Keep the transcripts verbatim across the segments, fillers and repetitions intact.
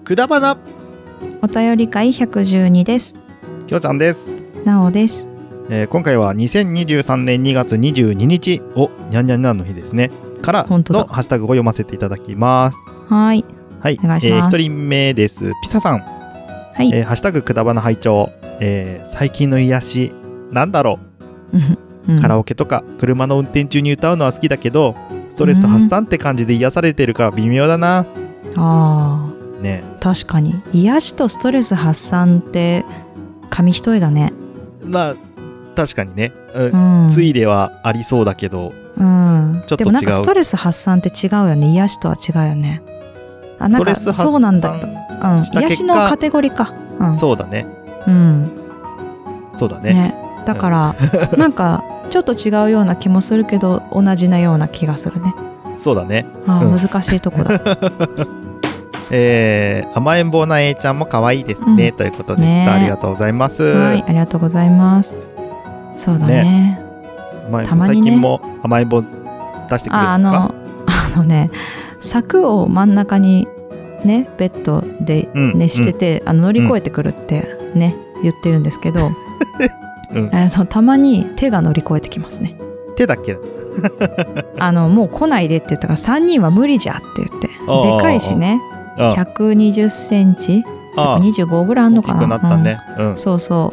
くだばなお便り会ひゃくじゅうにです。 きょうちゃんです。 なおです。 えー、今回はにせんにじゅうさんねんにがつにじゅうににちをにゃんにゃんにゃんの日ですねからのハッシュタグを読ませていただきます。 はい、 はい、お願いします。えー、ひとりめです。ピサさん。はい、えー、ハッシュタグくだばな拝聴、えー、最近の癒しなんだろう、うん、カラオケとか車の運転中に歌うのは好きだけどストレス発散って感じで癒されてるから微妙だな。 あー、 ね、 確かに癒しとストレス発散って紙一重だね。 まあ確かにね、うん、ついではありそうだけど、 うん、 ちょっと違う。 でもなんかストレス発散って違うよね。癒しとは違うよね。あ、なんかそうなんだけど、うん、癒しのカテゴリーか、うん、 そうだね、 うん、 そうだね。 ね、だから、うん、なんかちょっと違うような気もするけど同じなような気がするね。 そうだね。 あ、うん、難しいとこだ。 えー、甘えん坊な A ちゃんも可愛いですね、うん、ということでした、ね、ありがとうございます。 はい、ありがとうございます。そうだね。ね、 たまにね、最近も甘えん坊出してくれるんですか？ あの、あのね、柵を真ん中にね、ベッドで寝してて、うん、あの乗り越えてくるってね、うん、言ってるんですけど、うん、えー、そう、たまに手が乗り越えてきますね。 手だっけ？ あのもう来ないでって言ったからさんにんは無理じゃって言って、でかいしね、ひゃくにじゅっセンチ、ひゃくにじゅうごぐらいあるのかな。 大きくなったね、 うんうん、そうそう。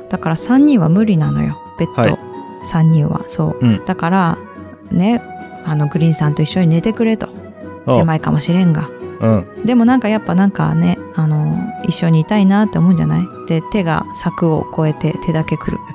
だからさんにんは無理なのよ、ベッド、はい、さんにんはそう、うん、だからね、あのグリーンさんと一緒に寝てくれと。狭いかもしれんが、うん、でもなんかやっぱなんかね、あの一緒にいたいなって思うんじゃない？で手が柵を越えて手だけ来る。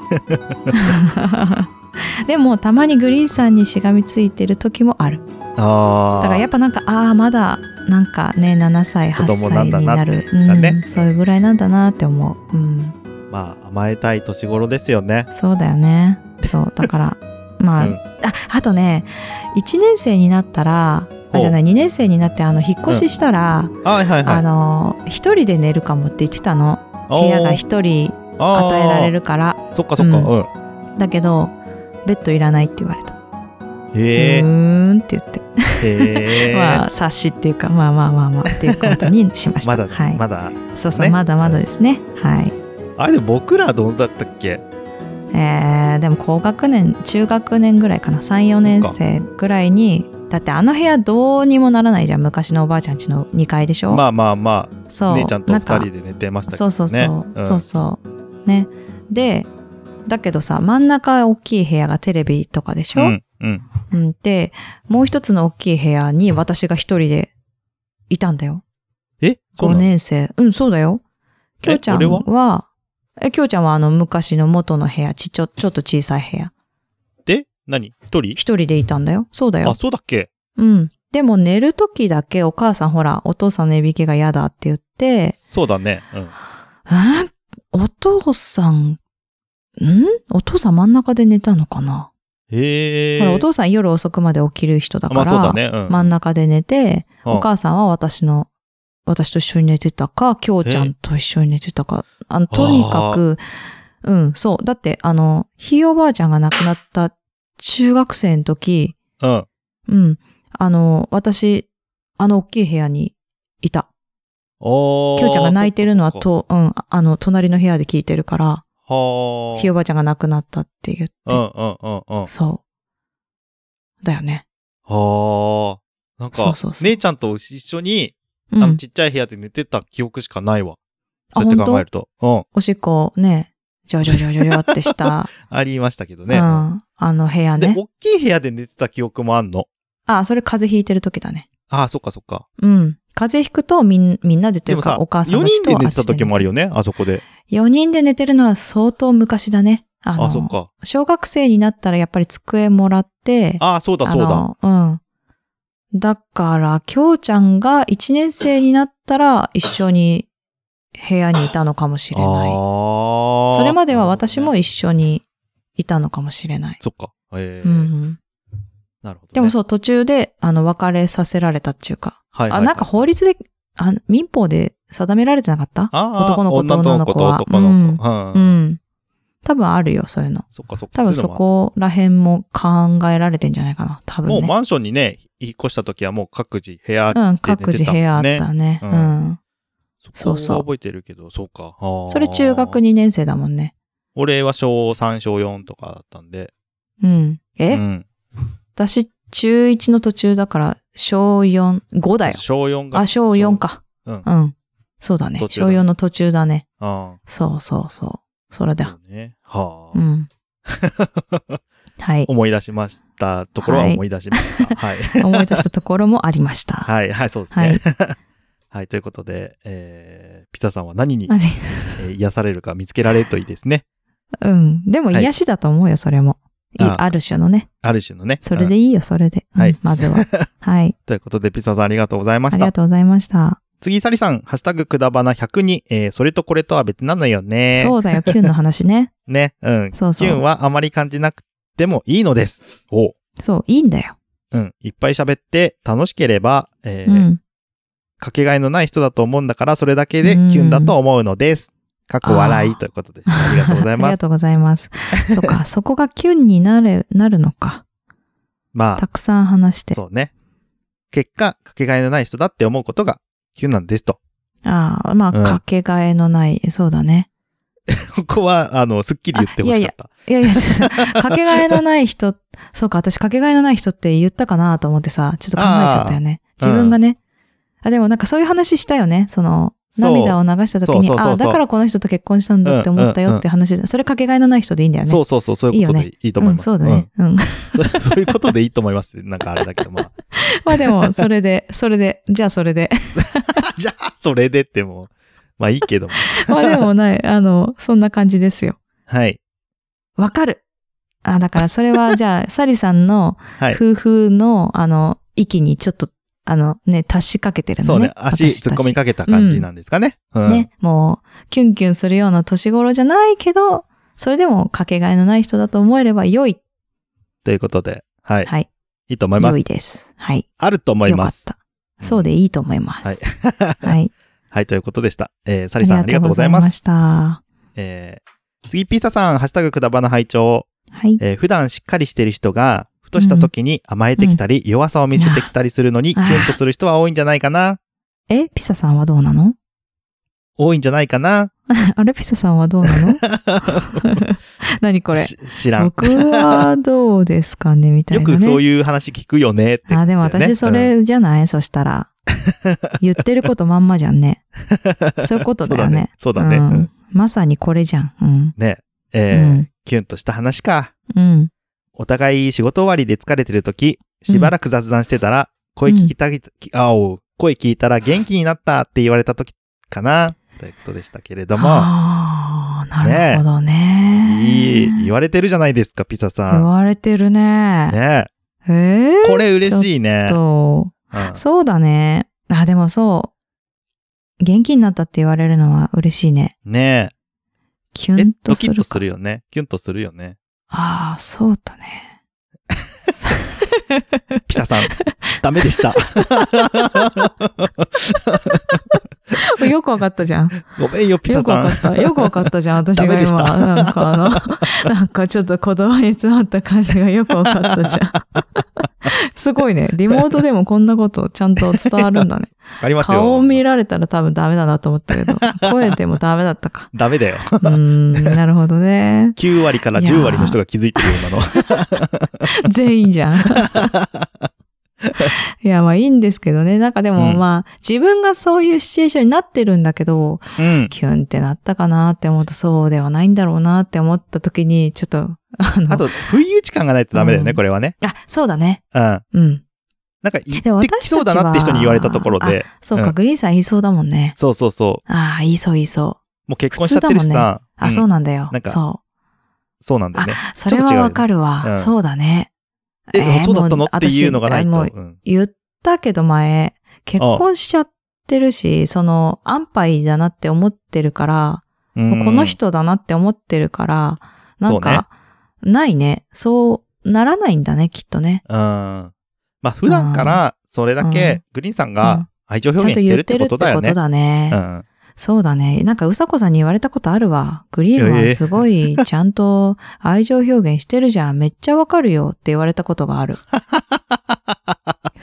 でもたまにグリーンさんにしがみついてる時もある。あ、だからやっぱなんか、ああまだなんかねななさいはっさいになる、うん、ね、そういうぐらいなんだなって思う、うん、 まあ甘えたい年頃ですよね。 そうだよね。そうだからまあ、うん、あ, あとねいちねん生になったら、あ、じゃない、にねん生になってあの引っ越ししたら、うん、はいはいはい、あの一人で寝るかもって言ってたの。部屋が一人与えられるから。 そっかそっか、うんうん、 だけどベッドいらないって言われた。 へー、 うーんって言って、へまあ察しっていうか、まあまあまあまあっていうことにしました。 まだ、ね、はい、まだ、 そうそう、ね、まだまだですね、はい。 あれで僕らどうだったっけ？ えー、でも高学年、中学年ぐらいかな、さん、よねん生ぐらいに。だってあの部屋どうにもならないじゃん。昔のおばあちゃん家のにかいでしょ。まあまあまあ、そう、姉ちゃんとふたりで寝てましたけどね。 そうそうそう、うん、そうそうね。でだけどさ、真ん中大きい部屋がテレビとかでしょ、うんうんうん、でもう一つの大きい部屋に私が一人でいたんだよ。 え、 ごねん生。うん、そうだよ。きょうちゃんはえきょうちゃんはあの昔の元の部屋、ちちょちょっと小さい部屋で、何？一人？ 一人でいたんだよ。そうだよ。 あ、そうだっけ？ うん。でも寝るときだけお母さんほら、お父さんのいびきが嫌だって言って。 そうだね。うん。 え？お父さん、ん？お父さん真ん中で寝たのかな？へー。ほら、お父さん夜遅くまで起きる人だから、まあそうだね、うん、真ん中で寝て、お母さんは私の、私と一緒に寝てたか、きょうちゃんと一緒に寝てたか。あの、とにかく、うん、そう。だって、あの、ひいおばあちゃんが亡くなった中学生の時、うん。うん。あの、私、あの大きい部屋にいた。おー。きょうちゃんが泣いてるのはと、うん、あの、隣の部屋で聞いてるから、はー。ひいおばあちゃんが亡くなったって言って。うんうんうんうん。そう。だよね。 はー。なんか、そうそうそう、姉ちゃんと一緒に、あのちっちゃい部屋で寝てた記憶しかないわ。うん、そうやって考えると。うん。 おしっこね、ジョジョジョジョジョってした。 ありましたけどね。 うん。あの部屋ね。 で、大きい部屋で寝てた記憶もあんの。 ああ、それ風邪ひいてる時だね。 ああ、そっかそっか。 うん。風邪ひくとみんみんなでというか、お母さんたちとよにんで寝てた時もあるよね、あそこで。 よにんで寝てるのは相当昔だね。あの、 あ、そっか。 小学生になったらやっぱり机もらって、 ああ、そうだそうだ。 うん。だから、きょうちゃんがいちねん生になったら一緒に部屋にいたのかもしれない。あ、それまでは私も一緒にいたのかもしれない。 そっか。へー、うん、なるほど、ね。でもそう、途中で、あの、別れさせられたっていうか。はいはいはい、あ、なんか法律で、あ、民法で定められてなかった？あ、男の子と女の子は。男の子と男の子。うん。うん。多分あるよ、そういうの。そっかそっか。多分そこら辺も考えられてんじゃないかな、多分ね。 もうマンションにね、引っ越した時はもう各自部屋で寝てたもんね。 うん、各自部屋あったね。うん。うん、 そうそう。覚えてるけど、そうか。 それ中学にねん生だもんね。 俺は小さん、小よんとかだったんで。 うん。え、うん、私、中いちの途中だから、小よん、ごだよ。 小よんが。 あ、小よんか。うん。うん。そうだね。小よんの途中だね。ああ。そうそうそう。それだ。そうね。はあ。うん。はい。 思い出しましたところは思い出しました。はい。はい、 思い出したところもありました。 はい、はい、そうですね。はい。はい、ということで、えー、ピザさんは何に、えー、癒されるか見つけられるといいですね。 うん。でも癒しだと思うよ、はい、それも。あ, ある種のね。 ある種のね。 それでいいよ、それで。はい、うん。まずは。はい。 ということで、ピザさんありがとうございました。 ありがとうございました。 次、サリさん、ハッシュタグくだばなひゃくに、えー、それとこれとは別なのよね。 そうだよ、キュンの話ね。 ね、うん。そうそう。キュンはあまり感じなくてもいいのです。おそう、いいんだよ。 うん。いっぱい喋って楽しければ、えー、うん、かけがえのない人だと思うんだから、それだけでキュンだと思うのです。かっこ笑いということです。ありがとうございます。 ありがとうございます。そうか、そこがキュンになる、なるのか。まあ。たくさん話して。 そうね。結果、かけがえのない人だって思うことがキュンなんですと。 ああ、まあ、うん、かけがえのない、そうだね。 ここは、あの、すっきり言ってほしかった。 いやいや、いやいや、かけがえのない人、そうか、私かけがえのない人って言ったかなと思ってさ、ちょっと考えちゃったよね。自分がね。あ、でもなんかそういう話したよね。その、涙を流した時に、ああ、だからこの人と結婚したんだって思ったよって話、うんうんうん、それかけがえのない人でいいんだよね。 そうそうそう、そういうことでいいと思います。 いいよね。うん、そうだね。うん。 そ, そういうことでいいと思います。なんかあれだけど、まあ。 まあでも、それで、それで、じゃあそれで。 じゃあ、それでっても、まあいいけども。 まあでもない、あの、そんな感じですよ。 はい。 わかる。あ、だからそれは、じゃあ、サリさんの夫婦の、はい、あの、息にちょっと、あのね、達しかけてるのね。 そうね。足突っ込みかけた感じなんですかね。 うんうん、ね。もう、キュンキュンするような年頃じゃないけど、それでもかけがえのない人だと思えれば良い。 ということで、はい。 はい。 いいと思います。 良いです。はい。 あると思います。 よかった。そうでいいと思います。 はい。 はい。 はい、ということでした。えー、サリさんありがとうございます。ありがとうございました。えー、次、ピーサさん、ハッシュタグくだばな拝聴。 はい。 えー、普段しっかりしてる人が、ふとした時に甘えてきたり、うん、弱さを見せてきたりするのに、キュンとする人は多いんじゃないかな。 え、ピサさんはどうなの？ 多いんじゃないかな。 あれ、ピサさんはどうなの？何これ？ 知らん。 僕はどうですかねみたいな、ね。 よくそういう話聞くよねって、ね。 あ、でも私それじゃない、うん、そしたら。言ってることまんまじゃんね。そういうことだよね。 そうだね。そうだね。うん、 まさにこれじゃん。うん、 ねえーうん、キュンとした話か。 うん。 お互い仕事終わりで疲れてるとき、しばらく雑談してたら、うん、声聞きた、あお、声聞いたら元気になったって言われたときかな、ということでしたけれども。 ああ、なるほどね。 ねいい、言われてるじゃないですか、ピサさん。 言われてるね。 ねえー、 これ嬉しいね。 そう、うん。そうだね。あ、でもそう。元気になったって言われるのは嬉しいね。 ねえ。 キュンとするか。 ドキッとするよね。キュンとするよね。 ああ、そうだね。 ピサさん、ダメでした。 よくわかったじゃん。 ごめんよ、ピサさん。 よくわかった。よくわかったじゃん、私が今。なんかあの、なんかちょっと言葉に詰まった感じがよくわかったじゃん。すごいね。リモートでもこんなことちゃんと伝わるんだね。 わかりますよ。 顔を見られたら多分ダメだなと思ったけど、声でもダメだったか。 ダメだよ。 うーん、なるほどね。 きゅうわりからじゅうわりの人が気づいてるようなの。 全員じゃん。いや、まあいいんですけどね。なんかでもまあ、うん、自分がそういうシチュエーションになってるんだけど、うん、キュンってなったかなって思うとそうではないんだろうなって思った時に、ちょっと、あの。 あと、不意打ち感がないとダメだよね、うん、これはね。 あ、そうだね。 うん。 うん。 なんか言ってきそうだなって人に言われたところで。 そうか、うん、グリーンさん言いそうだもんね。 そうそうそう。 ああ、言いそう言いそう。 もう結婚しちゃってるしさ。 ね、あ、うん、そうなんだよ。 なんか、 そう。 そうなんだよね。 あ、それはわかるわ、うん。そうだね。 え、えー、そうだったのっていうのがないと。 もう言ったけど前、結婚しちゃってるし、その、安牌だなって思ってるから、もうこの人だなって思ってるから、なんか、ね、ないね。そうならないんだね、きっとね。 うん。まあ、普段からそれだけグリーンさんが愛情表現してるってことだよね。 ちゃんと言ってるってことだね。 うん。 そうだね。なんかうさこさんに言われたことあるわ。グリーンはすごいちゃんと愛情表現してるじゃん。めっちゃわかるよって言われたことがある。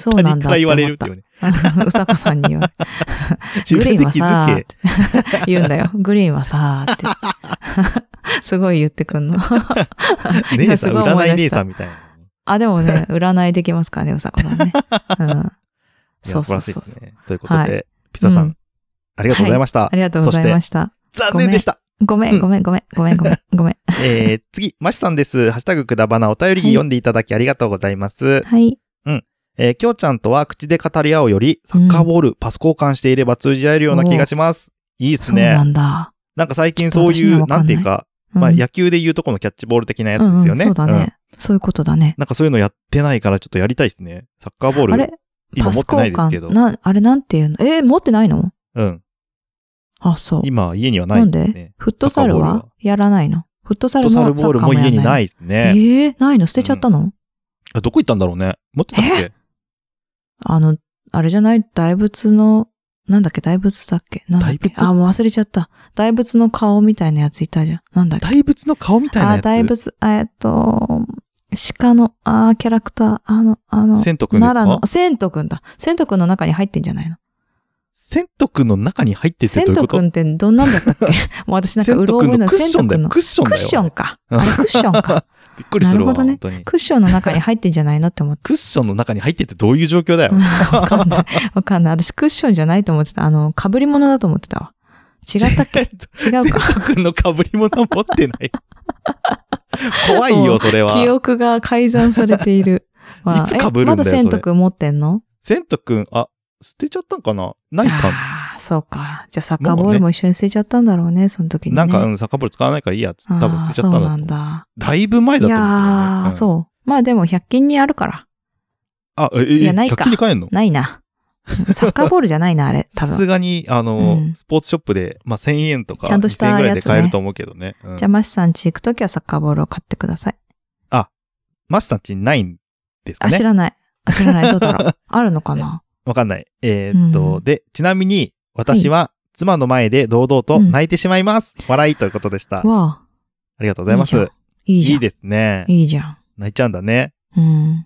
そうなんだから言われるっていうね。 うさこさんに言われる。グリーンはさーって言うんだよ。グリーンはさーって。すごい言ってくんの。 姉さん、占い姉さんみたいな。 あ、でもね、占いできますからね、うさこさんね。うん。 そうそうそう。素晴らしいですね。ということで、はい、ピザさん、うん、ありがとうございました、はい。 ありがとうございました。 残念でした。 ごめん、ごめん、ごめん、ごめん、ごめん、ごめん。 えー、次、マシさんです。ハッシュタグくだばなお便り読んでいただきありがとうございます。 はい。 うん。えー、きょうちゃんとは口で語り合うより、サッカーボール、うん、パス交換していれば通じ合えるような気がします。いいですね。 そうなんだ。 なんか最近そういう、なんていうか、うん、まあ野球でいうとこのキャッチボール的なやつですよね。 うんうん、そうだね、うん。そういうことだね。 なんかそういうのやってないからちょっとやりたいですね。サッカーボール。 あれ今持ってないですけど。 な、あれなんていうのえー、持ってないの？ うん。 あ、そう。 今家にはないですね。 なんでフットサルはやらないの？フットサルもフットサルボールも家にないですね。 えー、ないの？捨てちゃったの？ うん、どこ行ったんだろうね。持ってたっけ？ あの、あれじゃない大仏の、なんだっけ大仏だっけなんだっけ大仏？あ、もう忘れちゃった。大仏の顔みたいなやついたじゃん。なんだっけ大仏の顔みたいなやつ？ あ、大仏、えっと、鹿の、あキャラクター、あの、あの、 セントくんですか？ 奈良の、セントくんだ。セントくんの中に入ってんじゃないの？ セントくんの中に入ってってどういうこと？ セントくんってどんなんだったっけ？もう私なんかうろ覚えなの。 クッションだよ。クッションだよ。 クッションか。あれクッションか。 びっくりするわ。 なるほどね。 本当にクッションの中に入ってんじゃないのって思って。 クッションの中に入ってってどういう状況だよ。 わかんない。わかんない。私クッションじゃないと思ってた。あの、被り物だと思ってたわ。違ったっけ？違うか。 セントくんの被り物持ってない。怖いよ、それは。 記憶が改ざんされている。 いつ被るんだよ、 まだセントくん持ってんの？ セントくん、あ、捨てちゃったんかな？ないか。 ああ、そうか。じゃあサッカーボールも一緒に捨てちゃったんだろうね、その時に、ね。 なんか、うん、サッカーボール使わないからいいやつって多分捨てちゃったんだと思う。 そうなんだ。 だいぶ前だと思う、ね。いやー、うん、そう。まあでもひゃく均にあるから。 あ、え、え、いやないかひゃく均に買えんの？ ないな。サッカーボールじゃないな、あれ。多分。 さすがに、あの、うん、スポーツショップで、まあせんえんとか、 ちゃんとしたやつね、 せんえんぐらいで買えると思うけどね。 うん、じゃあ、マシさん家行くときはサッカーボールを買ってください。 あ、マシさん家にないんですかね？ あ、知らない。あ、知らない。どうだろう。あるのかな？ わかんない。えー、っと、うん、で、ちなみに、私は、妻の前で堂々と泣いてしまいます。うん、笑いということでした。 わあ。 ありがとうございます。 いいじゃん。 いいですね。 いいじゃん。 泣いちゃうんだね。 うん。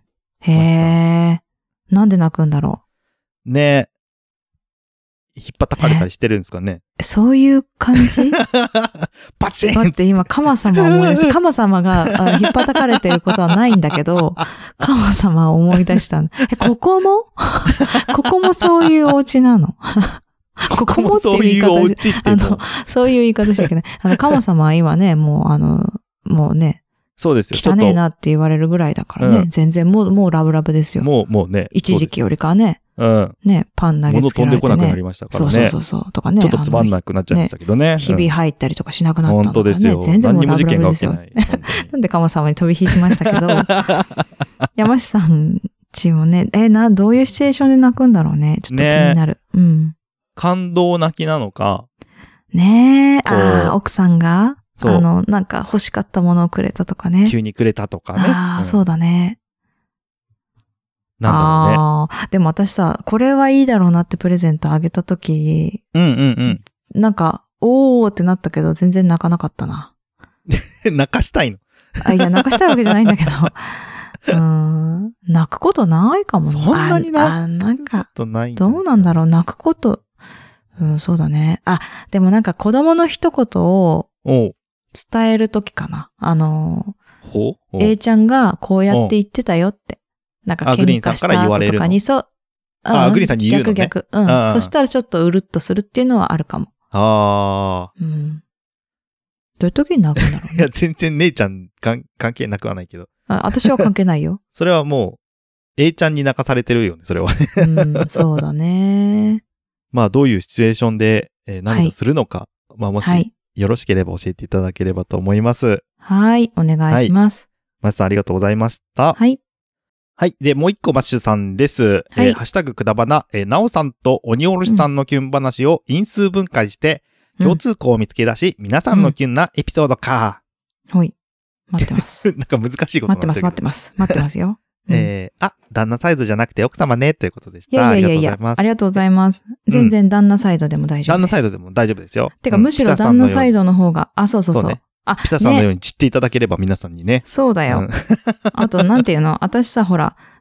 へえ。なんで泣くんだろう。ねえ。引っ叩かれたりしてるんですかね。 そういう感じ？ パチンだって今、カマ様思い出した。カマ様が引っ叩かれてることはないんだけど、カマ様を思い出したの。え、ここもここもそういうお家なの？ ここもそういうお家ってあの、そういう言い方しちゃいけない。あの、カマ様は今ね、もうあの、もうね、 そうですよ。 汚ねえなって言われるぐらいだからね。うん、全然もう、もうラブラブですよ。 もう、もうね。 一時期よりかはね。 うん。 ね、パン投げつけられて、ね。物飛んでこなくなりましたからね。 そうそうそう。とかね。 ちょっとつまんなくなっちゃいましたけどね。 ひび入ったりとかしなくなったの、ね。 本当ですよ。 全然もうラブラブですよ。なんでカマ様に飛び火しましたけど。山下さんちもね、え、な、どういうシチュエーションで泣くんだろうね。ちょっと気になる。ね、うん。 感動泣きなのか。 ねえ、ああ、奥さんがあの、なんか欲しかったものをくれたとかね。 急にくれたとかね。 ああ、うん、そうだね。 なんだろうね。 ああ、でも私さ、これはいいだろうなってプレゼントあげたとき、 うんうんうん。 なんか、おーってなったけど、全然泣かなかったな。 泣かしたいの？ あ、いや、泣かしたいわけじゃないんだけど。うーん、泣くことないかもね。 そんなに泣くことない。 どうなんだろう、泣くこと。うん、そうだね。あ、でもなんか子供の一言を伝えるときかな。あの、 ほう A ちゃんがこうやって言ってたよって。なんか喧嘩した後とかに、そう。 あ、グリーンさんに言うのね。 逆逆。うん。そしたらちょっとうるっとするっていうのはあるかも。 ああ。 うん。どういう時に泣くんだろうね。 いや、全然姉ちゃん関係なくはないけど。 あ、私は関係ないよ。 それはもう、A ちゃんに泣かされてるよね、それは。 うん、そうだね。 まあ、どういうシチュエーションで、えー、涙するのか、はい、まあ、もし、よろしければ教えていただければと思います。 はい、お願いします。 マッシュさんありがとうございました。 はい。 はい。で、もう一個マッシュさんです。はい、えー、ハッシュタグくだばな、えー、なおさんと鬼おろしさんのキュン話を因数分解して、うん、共通項を見つけ出し、皆さんのキュンなエピソードか。 はい。待ってます。 なんか難しいこと待ってます、待ってます。待ってますよ。 うん、えー、あ、旦那サイドじゃなくて奥様ね、ということでした。 いやいやいやいや、ありがとうございます。全然旦那サイドでも大丈夫です。 旦那サイドでも大丈夫ですよ。 てか、むしろ旦那サイドの方が、あ、そうそうそう。そうね、 あ、ピサさんのように散っていただければ皆さんにね。 そうだよ。あと、なんていうの、私さ、ほら、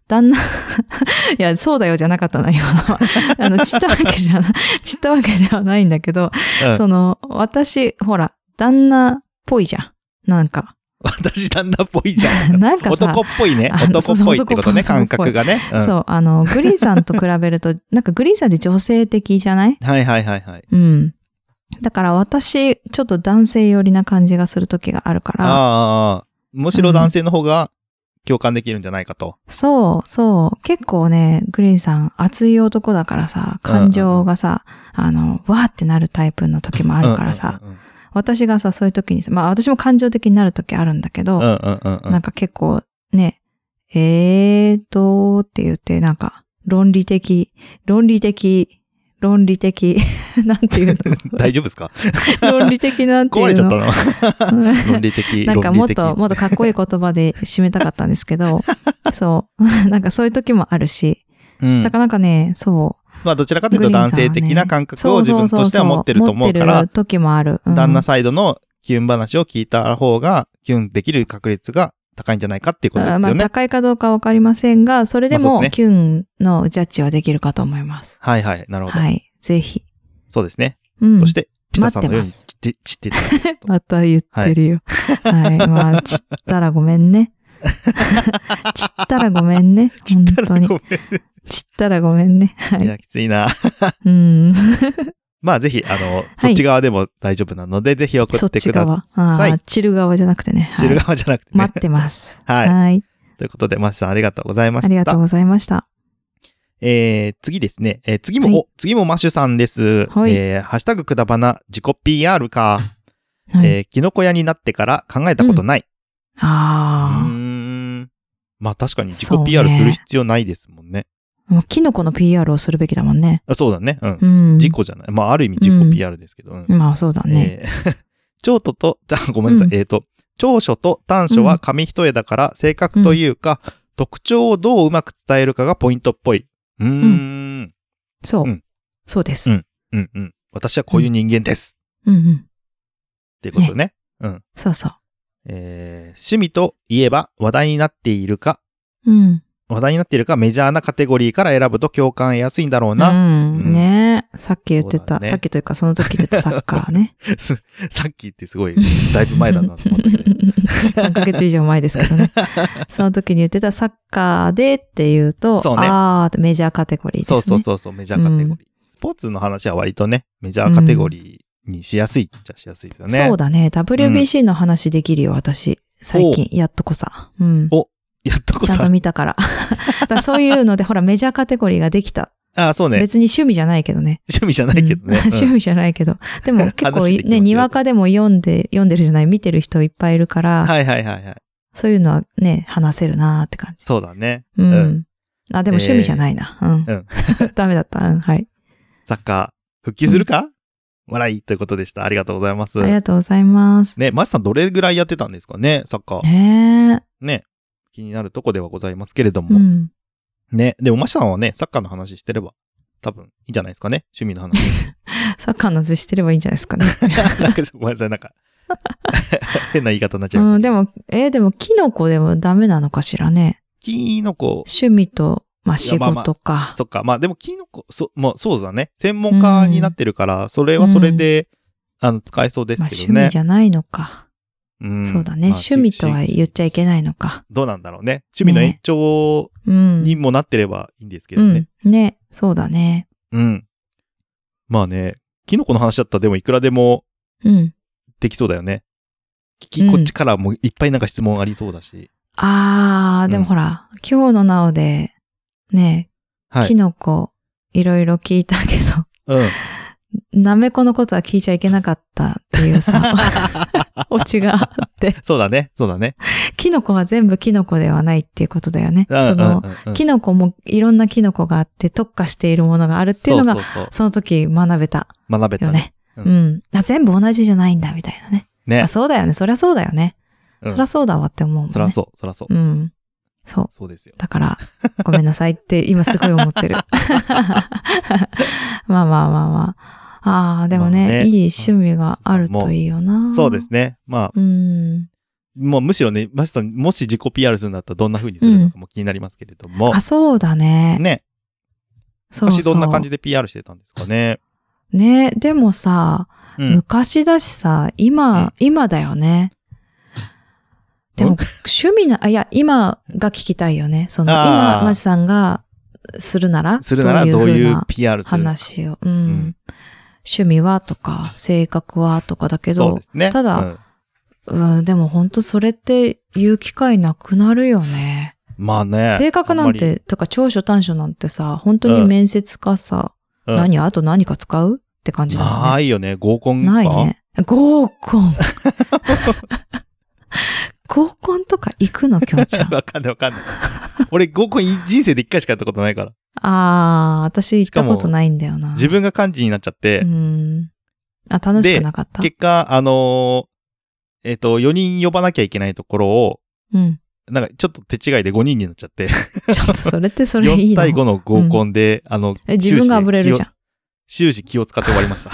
旦那、いや、そうだよじゃなかったな、今のは。あの、散ったわけじゃない、散ったわけではないんだけど、うん、その、私、ほら、旦那っぽいじゃん。なんか。 私旦那っぽいじゃん。なんかさ、男っぽいね。男っぽいってことね、感覚がね、 うん。そう、あの、グリーンさんと比べると、なんかグリーンさんって女性的じゃない？ はいはいはいはい。 うん。だから私、ちょっと男性寄りな感じがする時があるから。 ああ、むしろ男性の方が共感できるんじゃないかと。 うん、そう、そう。結構ね、グリーンさん熱い男だからさ、感情がさ、うんうんうん、あの、わーってなるタイプの時もあるからさ、うんうんうん、私がさ、そういう時にさ、まあ私も感情的になる時あるんだけど、うんうんうんうん、なんか結構ね、えーとって言って、なんか論理的、論理的、論理的、なんていうの大丈夫ですか？ 論理的なんていうの壊れちゃったの論理的、 なんかもっと、もっとかっこいい言葉で締めたかったんですけど、そう。なんかそういう時もあるし、うん、だからなんかね、そう。 まあどちらかというと男性的な感覚を自分としては持ってると思うから、 持ってる時もある。 うん、旦那サイドのキュン話を聞いた方がキュンできる確率が高いんじゃないかっていうことですよね。 まあ高いかどうかわかりませんが、それでもキュンのジャッジはできるかと思います。 はいはい、なるほど。 はい、ぜひ。 そうですね。うん、そして、ピサさんのように散って、散ってた。 また言ってるよ。はい。はい、まあ、散ったらごめんね。散ったらごめんね。本当に。散ったらごめんね。はい。 いや、きついな。 うん。 まあ、ぜひ、あの、そっち側でも大丈夫なので、はい、ぜひ送ってください。そっち側。 ああ、散る側じゃなくてね。 散る側じゃなくてね。 待ってます。 はい。はい。ということで、マシさんありがとうございました。ありがとうございました。 えー、次ですね。えー、次も、はい、お、次もマッシュさんです。はい、えー、ハッシュタグくだばな自己 ピーアール か。はい、えー、キノコ屋になってから考えたことない。 うん、ああ。 うーん。まあ確かに自己 ピーアール する必要ないですもんね。 もうキノコの ピーアール をするべきだもんね。 あ、そうだね。うん。うん、自己じゃない。まあある意味自己 ピーアール ですけど。うんうん、まあそうだね。 えー、長所と、ごめんなさい。うん、えっ、ー、と、長所と短所は紙一重だから、性格というか、うん、特徴をどううまく伝えるかがポイントっぽい。うーん。うんそう、うん。そうです。 うん。うんうん。私はこういう人間です。 うんうん。 っていうことね。ねうん。 そうそう。 えー、趣味といえば話題になっているか。 うん。 話題になっているかメジャーなカテゴリーから選ぶと共感得やすいんだろうな。 うん。うん、ねさっき言ってた、ね、さっきというかその時言ってたサッカーね。 さっきってすごい、だいぶ前だなと思ったけど。 さんかげつ以上前ですけどね。その時に言ってたサッカーでっていうと、そうね、あー、メジャーカテゴリーですね。 そうそうそう、メジャーカテゴリー、うん。スポーツの話は割とね、メジャーカテゴリーにしやすいっちゃしやすいですよね。 そうだね。ダブリュービーシー の話できるよ、私。最近、やっとこさ。うん。 お、やっとこさ。 ちゃんと見たから。だからそういうので、ほら、メジャーカテゴリーができた。 ああ、そうね。 別に趣味じゃないけどね。 趣味じゃないけどね。うん、 趣味じゃないけど。でも結構ね、にわかでも読んで、読んでるじゃない、見てる人いっぱいいるから。 はいはいはいはい。 そういうのはね、話せるなーって感じ。 そうだね。 うん。うん、あ、でも趣味じゃないな。えー、うん。うん。ダメだった。うん、はい。 サッカー、復帰するか、うん、笑いということでした。ありがとうございます。 ありがとうございます。 ね、マシさんどれぐらいやってたんですかね、サッカー。 ねえ。ね。気になるとこではございますけれども。うん、ね。でもマシさんはね、サッカーの話してれば多分いいんじゃないですかね。趣味の話。 サッカーの話してればいいんじゃないですかね。 なんかごめんなさい、なんか。変な言い方になっちゃいました。 うん、でも、えー、でも、キノコでもダメなのかしらね。 キノコ。 趣味と、まあ、仕事か。まあまあ、そっか。まあ、でも、キノコ、そ、まあ、そうだね。専門家になってるから、うん、それはそれで、うん、あの、使えそうですけどね。まあ、 趣味じゃないのか。うん、そうだね、まあ。趣味とは言っちゃいけないのか。 どうなんだろうね。趣味の延長にもなってればいいんですけどね。 うんうん、ね。そうだね。 うん。まあね、キノコの話だったらでもいくらでも、できそうだよね。聞き、こっちからもいっぱいなんか質問ありそうだし。うん、 あー、でもほら、うん、今日のなおで、ね、はい、キノコ、いろいろ聞いたけど、うん。なめこのことは聞いちゃいけなかったっていうさ、オチがあって。 そうだね、そうだね。 キノコは全部キノコではないっていうことだよね。その、キノコもいろんなキノコがあって特化しているものがあるっていうのが、そうそうそう、その時学べた。 学べたよね。 うん。うん、全部同じじゃないんだみたいなね。ね。あ、そうだよね。そりゃそうだよね。うん、そりゃそうだわって思うもんね。 そりゃそう、そりゃそう。 うん。そう。 そうですよ。 だから、ごめんなさいって今すごい思ってる。まあまあまあまあ。ああ、でもね、まあね、いい趣味があるといいよな。 そうですね。まあ。うん。 もうむしろね、マスター、もし自己 ピーアール するんだったらどんな風にするのかも気になりますけれども。 うん、あ、そうだね。 ね。昔どんな感じで ピーアール してたんですかね。 ね、でもさ、うん、昔だしさ、今、うん、今だよね。でも、趣味な、あ、いや、今が聞きたいよね。その、今、マジさんがするなら、 するならどういう ピーアール する話を、うん。うん、趣味はとか、性格はとかだけど、 そうですね、 ただ、うん、うん、でも本当それって言う機会なくなるよね。 まあね。 性格なんて、とか長所短所なんてさ、本当に面接かさ、うん、何、あと何か使うって感じだよね。 ないよね。合コンか。 ないね。合コン。合コンとか行くの、きょうちゃん。 わかんないわかんない。俺合コン人生で一回しかやったことないから。 ああ、私行ったことないんだよな。 自分が幹事になっちゃって。 うん。あ、楽しくなかった。 結果、あのー、えっと、よにん呼ばなきゃいけないところを、 うん。 なんかちょっと手違いでごにんになっちゃって。 ちょっとそれってそれいいの ?よん対ごの合コンで、うん、あの、 え、自分があぶれるじゃん。 終始気を使って終わりました。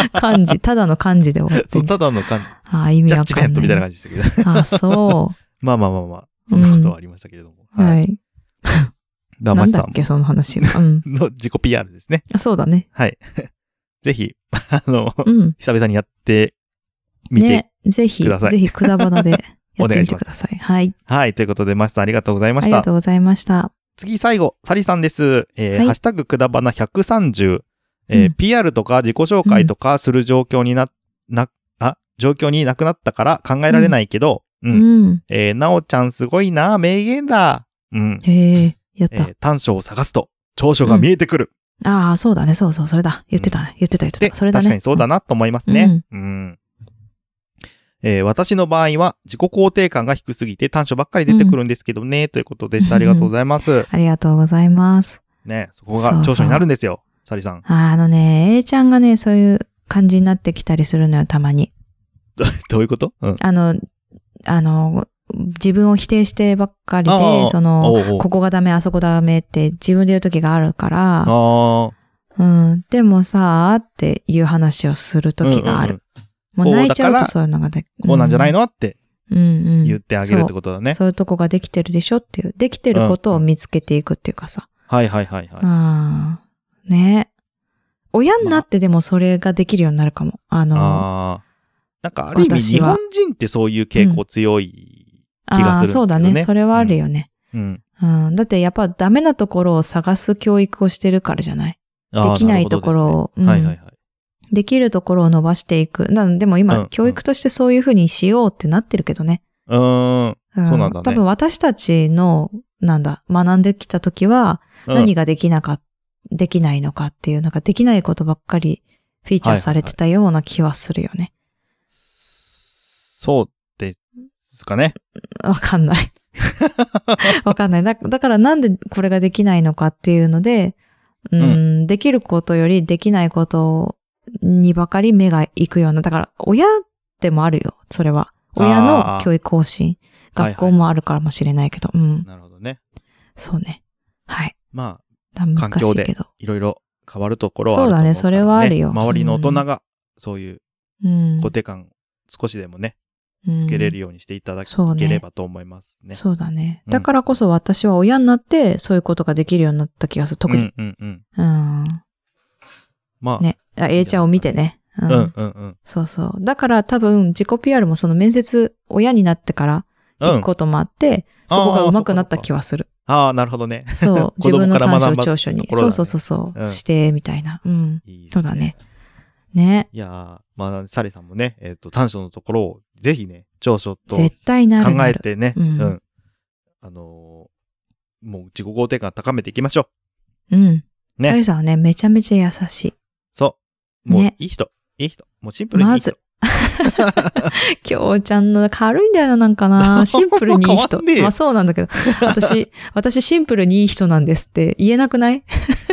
漢字、ただの漢字で終わって。 そう、ただの漢字。 ああ、意味わかんない。 ジャッジメントみたいな感じでしたけど。 ああ、そう。 まあまあまあまあ、そんなことはありましたけれども。 うん、はい。 なんだっけ、その話が。うん、 の自己 ピーアール ですね。 そうだね。 はい。ぜひ、あの、 うん、 久々にやってみてください。ね、 ぜひ、ぜひ、くだばなでやってみてください。はい。 はい。ということで、マスターありがとうございました。 ありがとうございました。 次、最後、サリさんです。えーはい、ハッシュタグくだばなひゃくさんじゅう。えーうん、ピーアール とか自己紹介とかする状況にな、な、あ、状況になくなったから考えられないけど、うん。うん、えー、なおちゃんすごいな、名言だ。うん。 へえ、やった。 えー、短所を探すと、長所が見えてくる。 うん、ああ、そうだね、そうそう、それだ。言ってた、うん、言ってた、言ってた。それだね。 確かにそうだなと思いますね。うん。うんえー、私の場合は自己肯定感が低すぎて短所ばっかり出てくるんですけどね、うん、ということでした。ありがとうございます。 ありがとうございます。 ね、そこが長所になるんですよ。そうそうサリさん。 あ, あのね、A ちゃんがね、そういう感じになってきたりするのよ、たまに。 ど, どういうこと、うん、 あの、あの、自分を否定してばっかりで、その、おうおうここがダメ、あそこダメって自分で言う時があるから、 あうん、でもさ、っていう話をする時がある。うんうんうん、もう泣いちゃうとそういうのがで、 こうなんじゃないのって。 うんうん、 言ってあげるってことだね、 そう。そういうとこができてるでしょっていう、できてることを見つけていくっていうかさ。 うんうん、はいはいはいはい。 あね。親になってでもそれができるようになるかも。あの、 あなんかある意味日本人ってそういう傾向強い気がするんですけどね。うん、あそうだね。それはあるよね、うんうん。だってやっぱダメなところを探す教育をしてるからじゃない？できないところを、ねうんはいはいはい、できるところを伸ばしていく。でも今、うん、教育としてそういうふうにしようってなってるけどね。 うん、うん、そうなんだね。 多分私たちの、なんだ、学んできたときは、何ができなかった、うん、できないのかっていう、なんかできないことばっかりフィーチャーされてたような気はするよね。はいはいはい、 そうですかね。 わかんない。わかんないだ。だからなんでこれができないのかっていうので、うん、うん、できることよりできないことにばかり目が行くような。だから親でもあるよ、それは。親の教育方針。学校もあるからもしれないけど。はいはい、うん。 なるほどね。 そうね。はい。 まあ、環境でいろいろ変わるところはあると思うから、ね。 そうだね、それはあるよ。 周りの大人がそういう固定感少しでもね、うん、つけれるようにしていただければと思いますね。 そうだね。だからこそ私は親になってそういうことができるようになった気がする。特に。 うんうんうん。うん。 まあ。 ね。A ちゃんを見てね。 うん、うん、うんうん。 そうそう。だから多分自己 ピーアール もその面接親になってから行くこともあって、うん、そこが上手くなった気はする。 ああ、なるほどね。 そう。自分の短所長所に。ね、そうそうそうそう、うん。して、みたいな。うん。いいね、そうだね。ね。 いやー、まあ、サリさんもね、えっと、短所のところをぜひね、長所と考絶対なるえてね、うん、うん。あのー、もう自己肯定感高めていきましょう。うん。ね。サリさんはね、めちゃめちゃ優しい。 そう。もういい人。ね、いい人。もうシンプルにいい人。まず。 きょうちゃんの軽いんだよな、なんかな。シンプルにいい人。まあそうなんだけど。私、私シンプルにいい人なんですって言えなくない？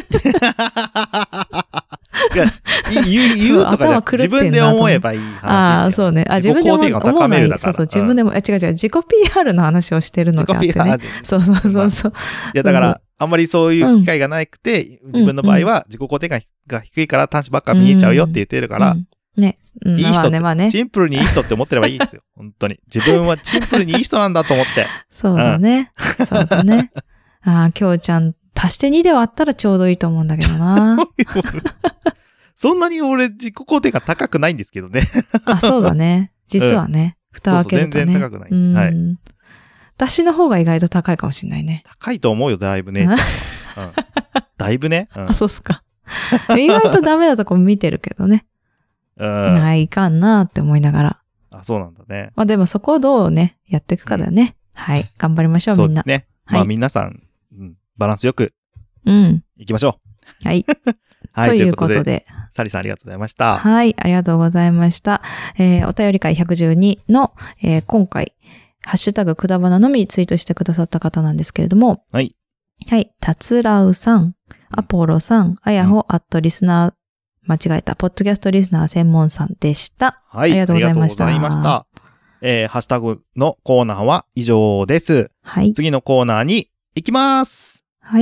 いや、言う、言うとかじゃ自分で思えばいい話。 ああ、そうね。あ、自分で思わない。そうそう、自分でも、あ、違う違う、自己 ピーアール の話をしてるのであってね。自己 ピーアール。そうそうそうそう。 いや、だから、あんまりそういう機会がなくて、自分の場合は自己肯定感が低いから短所ばっか見えちゃうよって言ってるから、 ね。うん、 いい人って、 まあねまあね、 シンプルにいい人って思ってればいいですよ。本当に。自分はシンプルにいい人なんだと思って。 そうだね。うん、そうだね。ああ、きょうちゃん、足してにで割ったらちょうどいいと思うんだけどな。 そんなに俺自己肯定感高くないんですけどね。 あ、そうだね。実はね。うん、蓋を開けるとね。 そうそう、全然高くない。うん、はい。 私の方が意外と高いかもしれないね。 高いと思うよ、だいぶね。うん、だいぶね。うん、 あ、そうっすか。意外とダメなとこ見てるけどね。うん。はい、いかんなって思いながら。 あ、そうなんだね。 まあでもそこをどうね、やっていくかだね。うん、はい。頑張りましょう、みんな。 そうですね。はい、まあ皆さん、うん、バランスよく。 うん。 いきましょう。はい。はい。ということで。 サリさんありがとうございました。 はい。ありがとうございました。えー、お便り会ひゃくじゅうにの、えー、今回、ハッシュタグくだばなのみツイートしてくださった方なんですけれども。 はい。 はい。たつらうさん、アポロさん、あやほ、アットリスナー、間違えた、ポッドキャストリスナー専門さんでした。 はい。 ありがとうございました。 ありがとうございました。えー、ハッシュタグのコーナーは以上です。 はい。 次のコーナーに行きます。 はい。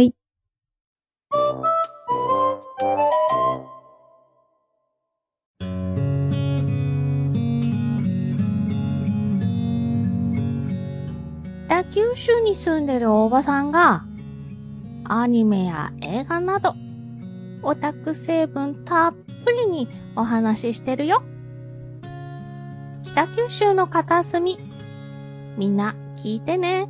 北九州に住んでるおばさんが、アニメや映画など、オタク成分たっぷりにお話ししてるよ。北九州の片隅、みんな聞いてね。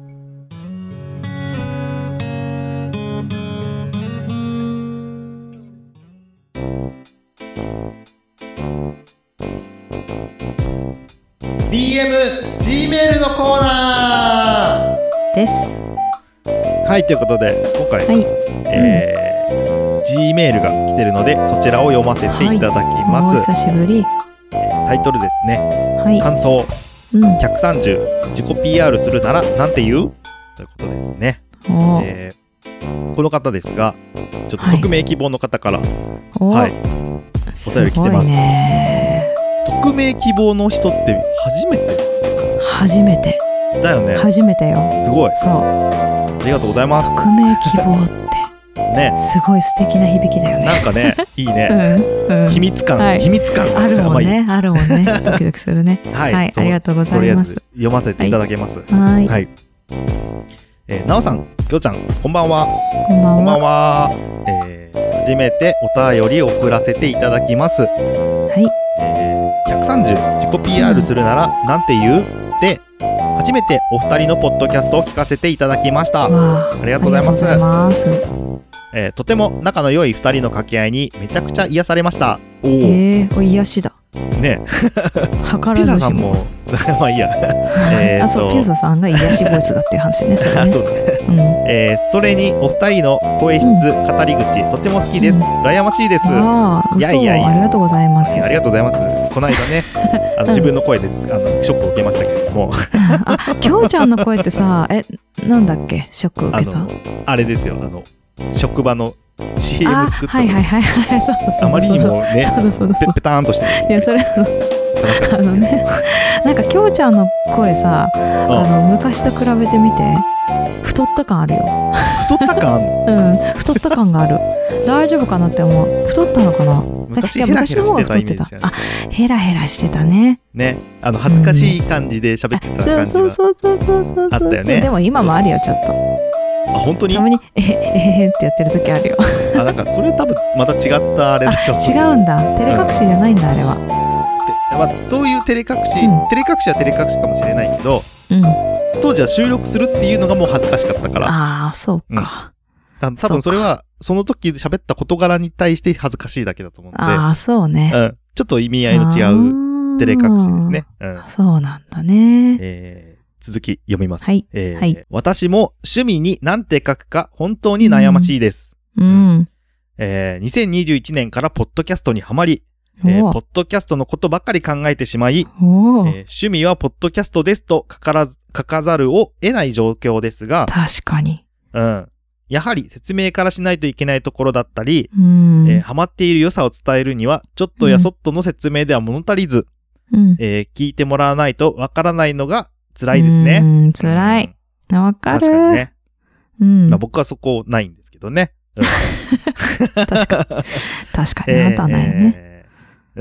ディーエム、G メールのコーナーです。 はい、ということで今回、はい、えー、G メールが来てるのでそちらを読ませていただきます。 はい、お久しぶり。 タイトルですね。 はい、 感想、うん、ひゃくさんじゅう自己 ピーアール するならなんて言うということですね。えー、この方ですがちょっと匿名希望の方から、はい、はい、お便り来てます。匿名希望の人って初めて初めてだよね。 初めてよ。 すごい。 そう。 ありがとうございます。 匿名希望ってね、すごい素敵な響きだよね。 なんかね、いいね。 うんうん、 秘密感、はい、秘密感あるもんね、あるもんね。ドキドキするね。 はい、 はい、ありがとうございます。 読ませていただけます。 はい。 はい。えー、なおさん、きょうちゃん、こんばんは。 こんばんは。 こんばんは。えー、初めてお便り送らせていただきます。 はい。 えー、ひゃくさんじゅう自己 ピーアール するならなんて言うで、初めてお二人のポッドキャストを聞かせていただきました。ありがとうございます。 ますえー、とても仲の良い二人の掛け合いにめちゃくちゃ癒されました。 おー、えー、お癒しだね。 ピザさんもまあいいや。 えー、あ、そう、ピザさんが癒しボイスだっていう話ね。それね。 あ、そうだね。うん、えー、それにお二人の声質、うん、語り口とても好きです。うん、羨ましいです。 ああ、いやいやいや、ありがとうございます。 ありがとうございます。この間ね、あの自分の声であのショックを受けましたけれども。 あ、きょうちゃんの声ってさ、え、なんだっけ、ショックを受けた。 あの、あれですよ、あの職場の シーエム 作ったはいはいはいはい、そうそうそう、 あまりにもね、ペペターンとしてる。 いや、それあの楽しかったですよ。 あのね、なんかきょうちゃんの声さ、あの昔と比べてみて太った感あるよ。 太った感？ うん、太った感がある。大丈夫かなって思う。太ったのかな。 昔ヘラヘラしてたイメージだね。 あ、ヘラヘラしてたね。 ね、あの恥ずかしい感じで喋ってた感じが、うん、そうそうそうそうそうあったよね。 でも今もあるよ、ちょっと。 あ、本当に？ たまにえへへへってやってる時あるよ。 あ、なんかそれ多分また違ったあれだと思う。 違うんだ。照れ隠しじゃないんだ、あれは。 で、まあ、そういう照れ隠し、うん、照れ隠しは照れ隠しかもしれないけど、 うん、 当時は収録するっていうのがもう恥ずかしかったから。 ああ、そうか。 うん、多分それはその時喋った事柄に対して恥ずかしいだけだと思うんで。 ああ、そうね、 うん。ちょっと意味合いの違う照れ隠しですね。うん、 そうなんだね。 えー続き読みます。 はい。 えーはい、 私も趣味に何て書くか本当に悩ましいです。 うんうんえー、にせんにじゅういちねんからポッドキャストにハマり、えー、ポッドキャストのことばかり考えてしまい、えー、趣味はポッドキャストですと書からず書かざるを得ない状況ですが、 確かに。 うん。やはり説明からしないといけないところだったり、 うんえー、ハマっている良さを伝えるには、ちょっとやそっとの説明では物足りず、 うんえー、聞いてもらわないとわからないのが辛いですね。 うん、辛い。わ、うん、かる。 確かにね。 うん。 まあ僕はそこないんですけどね。うん、 確かに。確かに。あなたはないよね。 えー、うん。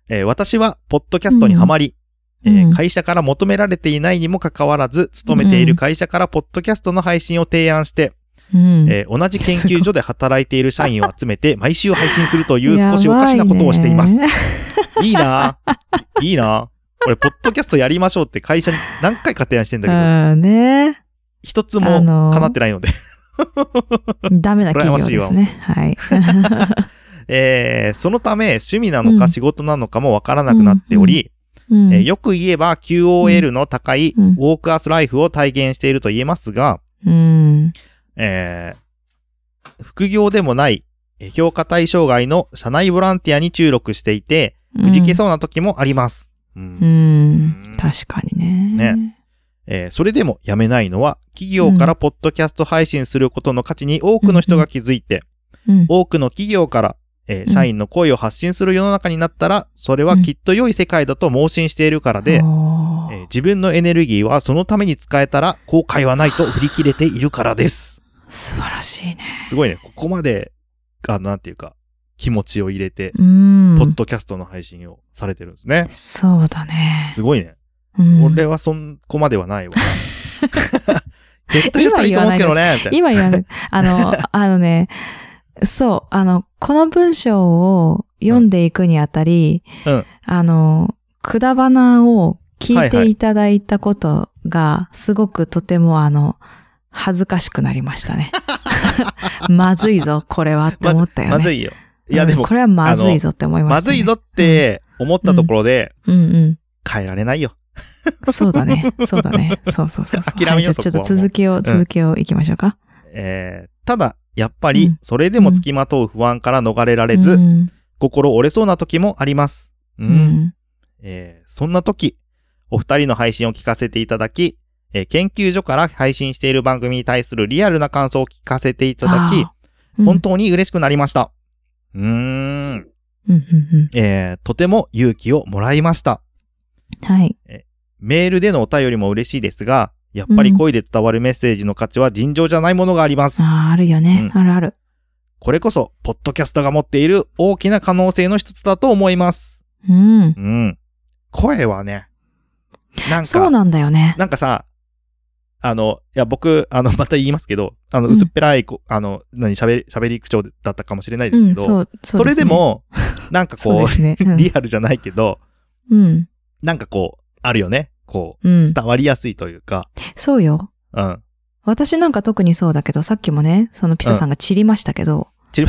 えー、私はポッドキャストにハマり、うんえー、会社から求められていないにもかかわらず、勤めている会社からポッドキャストの配信を提案して、うんえー、同じ研究所で働いている社員を集めて毎週配信するという少しおかしなことをしています。いいなぁ。いいなぁ。これ、ポッドキャストやりましょうって会社に何回か提案してんだけど、ね、一つも叶ってないので。 ダメな企業ですね。はい。 えー、そのため、趣味なのか仕事なのかもわからなくなっており、うんえー、よく言えば キューオーエル の高いウォークアスライフを体現していると言えますが、うんえー、副業でもない評価対象外の社内ボランティアに注力していて、くじけそうな時もあります。 うん、うん確かにね。 ね、えー。それでもやめないのは、企業からポッドキャスト配信することの価値に多くの人が気づいて、うんうん、多くの企業から、えー、社員の声を発信する世の中になったら、それはきっと良い世界だと盲信しているからで、うんえー、自分のエネルギーはそのために使えたら後悔はないと振り切れているからです。 素晴らしいね。 すごいね。ここまで、あの、なんていうか、気持ちを入れて、ポッドキャストの配信をされてるんですね。 そうだね。 すごいね。うん、俺はそんこまではないわ。絶対やったらいいと思うんですけどね。 今言わない。あの、あのね、そう、あの、この文章を読んでいくにあたり、うん、あの、くだばなを聞いていただいたことが、すごくとてもあの、恥ずかしくなりましたね。まずいぞ、これはって思ったよね。 まずいよ。いやでも、うん、 これはまずいぞって思いました、ね。 まずいぞって思ったところで、うんうんうん、変えられないよ。 そうだね。そうだね。そうそうそうそう。 諦めよう、はい、 ちょっと続きを、続きをいきましょうか。 うん、えー、ただ、やっぱり、それでも付きまとう不安から逃れられず、うん、心折れそうな時もあります。うんうんえー、そんな時、お二人の配信を聞かせていただき、えー、研究所から配信している番組に対するリアルな感想を聞かせていただき、うん、本当に嬉しくなりました。うーん、えー、とても勇気をもらいました。 はい、 えー。メールでのお便りも嬉しいですが、やっぱり声で伝わるメッセージの価値は尋常じゃないものがあります。 うん、ああ、あるよね、うん。あるある。 これこそ、ポッドキャストが持っている大きな可能性の一つだと思います。 うん。 うん。声はね、なんか、 そうなんだよね。 なんかさ、あの、いや、僕、あの、また言いますけど、あの、薄っぺらい、うん、あの、何、喋り、喋り口調だったかもしれないですけど、うん、そう、そうですね、それでも、なんかこう、ねうん、リアルじゃないけど、 うん。 なんかこう、あるよね。こう、うん、伝わりやすいというか。 そうよ。 うん。 私なんか特にそうだけど、さっきもね、そのピサさんが散りましたけど、 うん、散り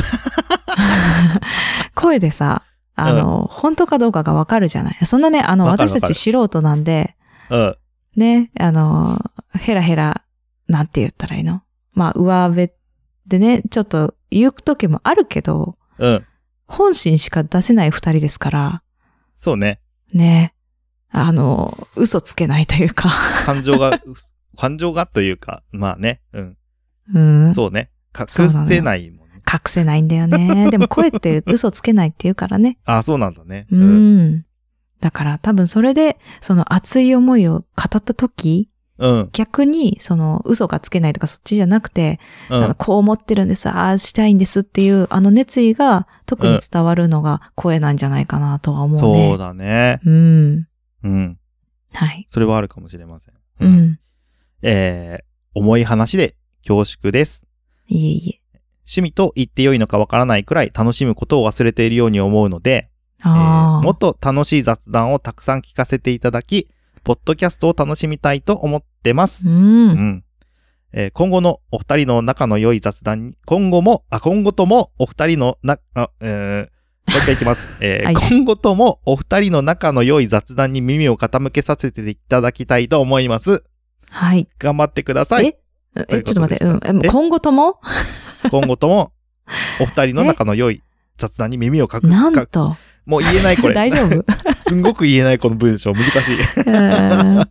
声でさ、あの、うん、本当かどうかがわかるじゃない。そんなね、あの、私たち素人なんで、 うん。 ね、あの、ヘラヘラ、なんて言ったらいいの？まあ、上辺でね、ちょっと言う時もあるけど、 うん。 本心しか出せない二人ですから。 そうね。 ね。あの、嘘つけないというか。 感情が、感情がというか、まあね、うん。 うん。 そうね。隠せないもんね。 隠せないんだよね。でも声って嘘つけないって言うからね。 ああ、そうなんだね。 うん。うんだから多分それで、その熱い思いを語った時、 うん、 逆にその嘘がつけないとかそっちじゃなくて、うん、あのこう思ってるんです、ああしたいんですっていうあの熱意が特に伝わるのが声なんじゃないかなとは思うね。 そうだね。 うん。 うん。 はい。 それはあるかもしれません。 うん。うん、 えー、重い話で恐縮です。 いえいえ。 趣味と言ってよいのかわからないくらい楽しむことを忘れているように思うので、 あえー、もっと楽しい雑談をたくさん聞かせていただき、ポッドキャストを楽しみたいと思ってます。 うんうんえー、今後のお二人の仲の良い雑談に、今後も、あ、今後ともお二人のな、あ、えー、もう一回いきます。えーはい、今後ともお二人の仲の良い雑談に耳を傾けさせていただきたいと思います。 はい。 頑張ってください。 え、えちょっと待って、うん、今後とも今後ともお二人の仲の良い雑談に耳をかく。 なんと。 もう言えないこれ。 大丈夫すんごく言えないこの文章難しい。 あ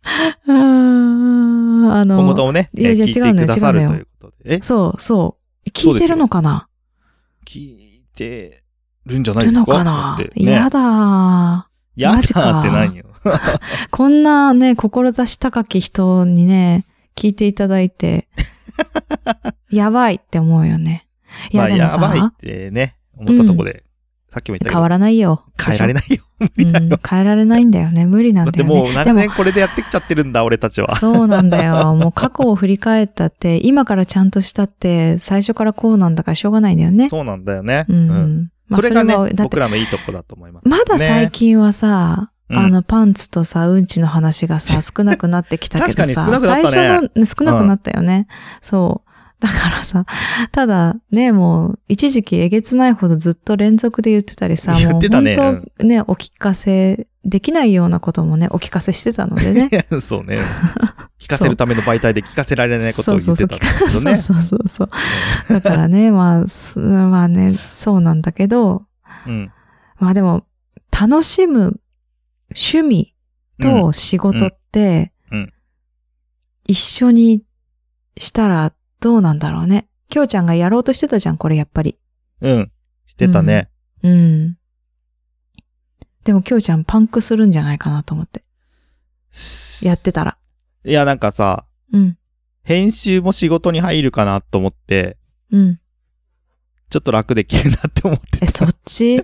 あの今後ともね、 いやいや聞いてくださるということで。 えそうそう。聞いてるのかな聞いてるんじゃないですかるのかな、ね、やだー。 やだーって何よ。 こんなね、志高き人にね、聞いていただいて、やばいって思うよね。 いや、まあ、でもさやばいってね、思ったとこで、 さっきも言ったけど。 変わらないよ。 変えられないよ。無理だよ、うん。 変えられないんだよね。無理なんだよね。 だってもう長年これでやってきちゃってるんだ、俺たちは。 そうなんだよ。もう過去を振り返ったって、今からちゃんとしたって、最初からこうなんだからしょうがないんだよね。 そうなんだよね。 うん。うんまあ、それがね、僕らのいいとこだと思います、ね。 まだ最近はさ、あの、パンツとさ、うんちの話がさ、少なくなってきたけどさ、 確かに少なくなったね。 最初の、少なくなったよね。うん、そう。だからさ、ただね、もう、一時期えげつないほどずっと連続で言ってたりさ、 言ってたね、 もう本当ね、お聞かせできないようなこともね、お聞かせしてたのでね。 そうね。聞かせるための媒体で聞かせられないことを言ってたんだけどね。 そうそうそう。だからね、まあ、まあね、そうなんだけど、 うん、 まあでも、楽しむ趣味と仕事って、 うんうん、 一緒にしたらどうなんだろうね。きょうちゃんがやろうとしてたじゃん、これやっぱり。 うん。してたね。 うん。うん、でもきょうちゃんパンクするんじゃないかなと思って。やってたら。 いや、なんかさ、 うん。 編集も仕事に入るかなと思って、 うん。 ちょっと楽できるなって思ってた。 え、そっち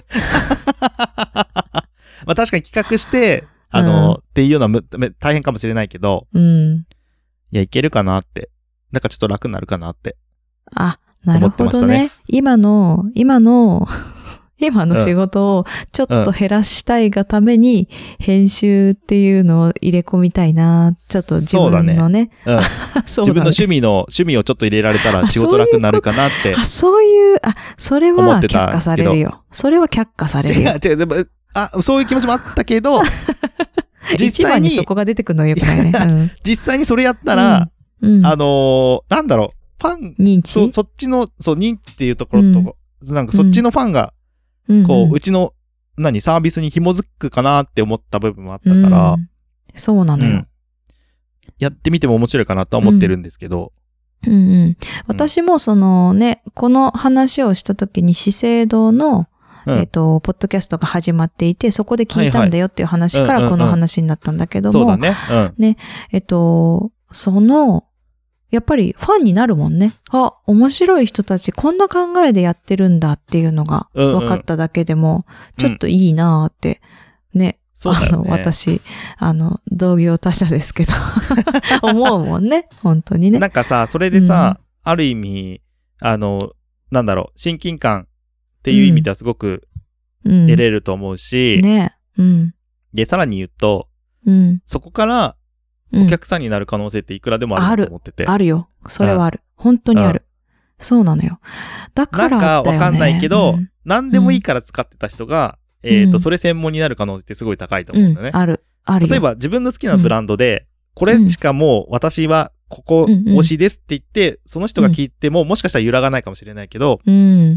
まあ確かに企画して、あの、うん、っていうような大変かもしれないけど、 うん。 いや、いけるかなって。なんかちょっと楽になるかなって。 あ、なるほどね。今の、今の、今の仕事をちょっと減らしたいがために、編集っていうのを入れ込みたいな。ちょっと自分のね。 そうだね。うん、自分の趣味の、趣味をちょっと入れられたら仕事楽になるかなって。 あ、そういう、あ、それは却下されるよ。それは却下されるよ。 違う違う、でも、あ、そういう気持ちもあったけど、 実際に。一番にそこが出てくるのはよくないね。うん、 実際にそれやったら、うんうん、あのー、なんだろう、ファン、 認知そ、そっちの、そう、認知っていうところと、うん、なんかそっちのファンが、こう、うんうん、うちの、何、サービスに紐づくかなって思った部分もあったから、うん、 そうなのよ、うん。 やってみても面白いかなとは思ってるんですけど。 うん、うんうん、私もそのね、この話をした時に資生堂の、うん、えっと、ポッドキャストが始まっていて、そこで聞いたんだよっていう話からこの話になったんだけども、 そうだね。うん、 ね、えっと、その、やっぱりファンになるもんね。あ、面白い人たちこんな考えでやってるんだっていうのが分かっただけでも、うんうん、ちょっといいなーって、ね。 そうだよね。 あの、私、あの、同業他社ですけど、思うもんね。本当にね。 なんかさ、それでさ、うん、ある意味、あの、なんだろう、親近感っていう意味ではすごく得れると思うし、 うんうん、ね。うん。 で、さらに言うと、 うん、 そこから、お客さんになる可能性っていくらでもあると思ってて。 うん、ある。あるよ。それはある。うん、本当にある、うん。そうなのよ。だからだよね。 なんかわかんないけど、うん、何でもいいから使ってた人が、うん、えっと、それ専門になる可能性ってすごい高いと思うんだよね。 うん、ある。あるよ。 例えば自分の好きなブランドで、これしかもう私はここ推しですって言って、その人が聞いてももしかしたら揺らがないかもしれないけど、 うん、